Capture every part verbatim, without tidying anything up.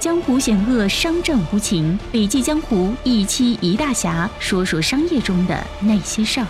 江湖险恶，商战无情。笔记江湖，一期一大侠，说说商业中的那些事儿。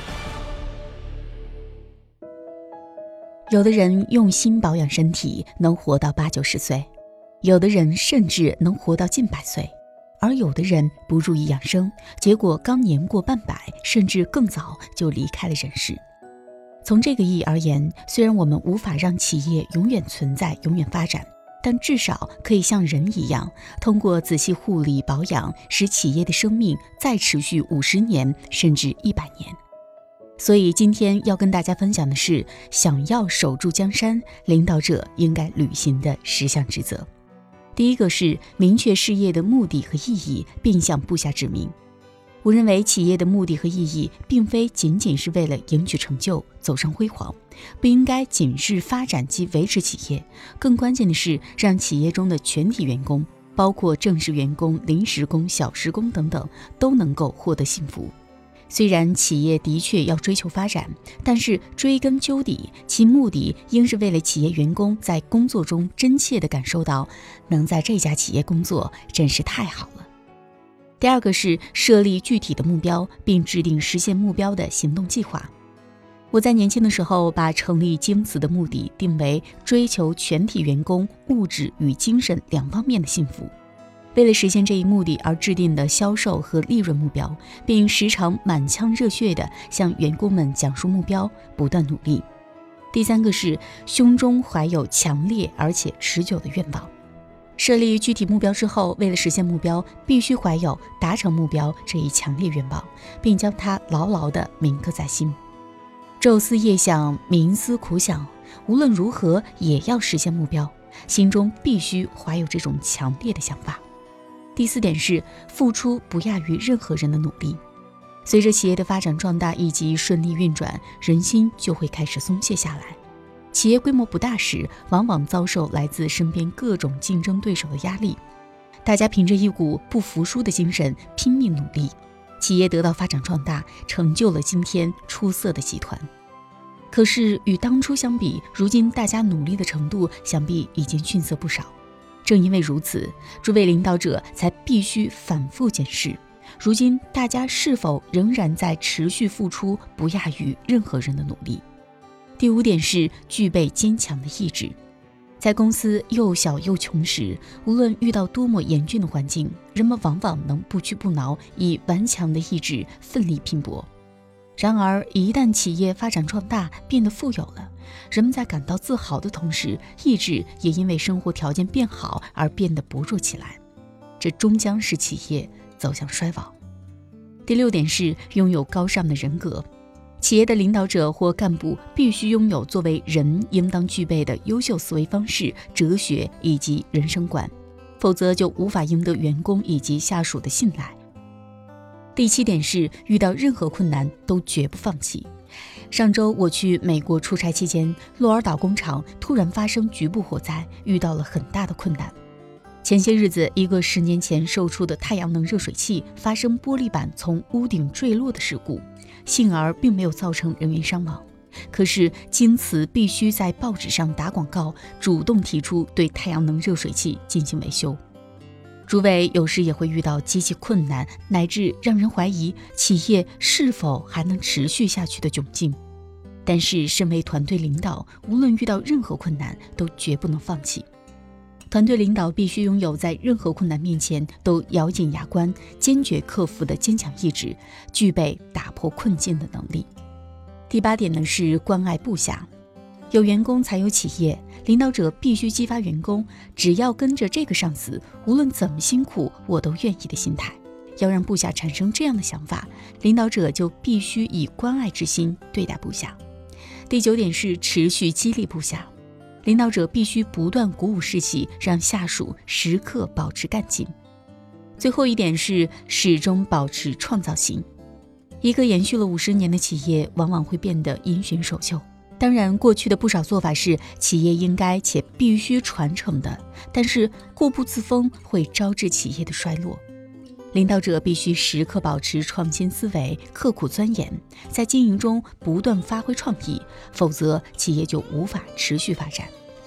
有的人用心保养身体，能活到八九十岁；有的人甚至能活到近百岁，而有的人不注意养生，结果刚年过半百，甚至更早就离开了人世。从这个意义而言，虽然我们无法让企业永远存在、永远发展，但至少可以像人一样，通过仔细护理保养，使企业的生命再持续五十年甚至一百年。所以今天要跟大家分享的是，想要守住江山，领导者应该履行的十项职责。第一个是明确事业的目的和意义，并向部下指明。我认为企业的目的和意义并非仅仅是为了赢取成就、走上辉煌，不应该仅是发展及维持企业，更关键的是让企业中的全体员工，包括正式员工、临时工、小时工等等，都能够获得幸福。虽然企业的确要追求发展，但是追根究底，其目的应是为了企业员工在工作中真切地感受到，能在这家企业工作真是太好了。第二个是设立具体的目标，并制定实现目标的行动计划。我在年轻的时候把成立京瓷的目的定为追求全体员工物质与精神两方面的幸福。为了实现这一目的而制定的销售和利润目标，并时常满腔热血地向员工们讲述目标，不断努力。第三个是胸中怀有强烈而且持久的愿望。设立具体目标之后，为了实现目标，必须怀有达成目标这一强烈愿望，并将它牢牢地铭刻在心。昼思夜想，冥思苦想，无论如何也要实现目标，心中必须怀有这种强烈的想法。第四点是付出不亚于任何人的努力。随着企业的发展壮大以及顺利运转，人心就会开始松懈下来。企业规模不大时，往往遭受来自身边各种竞争对手的压力，大家凭着一股不服输的精神拼命努力，企业得到发展壮大，成就了今天出色的集团。可是与当初相比，如今大家努力的程度想必已经逊色不少。正因为如此，诸位领导者才必须反复检视，如今大家是否仍然在持续付出不亚于任何人的努力。第五点是具备坚强的意志。在公司又小又穷时，无论遇到多么严峻的环境，人们往往能不屈不挠，以顽强的意志奋力拼搏。然而一旦企业发展壮大，变得富有了，人们在感到自豪的同时，意志也因为生活条件变好而变得薄弱起来，这终将使企业走向衰亡。第六点是拥有高尚的人格。企业的领导者或干部必须拥有作为人应当具备的优秀思维方式、哲学以及人生观，否则就无法赢得员工以及下属的信赖。第七点是遇到任何困难都绝不放弃。上周我去美国出差期间，洛尔岛工厂突然发生局部火灾，遇到了很大的困难。前些日子，一个十年前售出的太阳能热水器发生玻璃板从屋顶坠落的事故，幸而并没有造成人员伤亡。可是京瓷必须在报纸上打广告，主动提出对太阳能热水器进行维修。诸位有时也会遇到极其困难，乃至让人怀疑企业是否还能持续下去的窘境。但是身为团队领导，无论遇到任何困难都绝不能放弃。团队领导必须拥有在任何困难面前都咬紧牙关、坚决克服的坚强意志，具备打破困境的能力。第八点呢是关爱部下。有员工才有企业，领导者必须激发员工只要跟着这个上司，无论怎么辛苦我都愿意的心态。要让部下产生这样的想法，领导者就必须以关爱之心对待部下。第九点是持续激励部下。领导者必须不断鼓舞士气，让下属时刻保持干劲。最后一点是始终保持创造性。一个延续了五十年的企业往往会变得因循守旧。当然，过去的不少做法是企业应该且必须传承的，但是固步自封会招致企业的衰落。领导者必须时刻保持创新思维，刻苦钻研，在经营中不断发挥创意，否则企业就无法持续发展。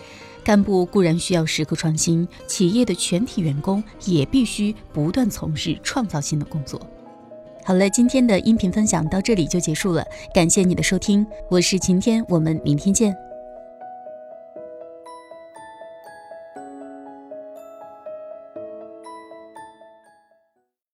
干部固然需要时刻创新，企业的全体员工也必须不断从事创造性的工作。好了，今天的音频分享到这里就结束了，感谢你的收听，我是晴天，我们明天见。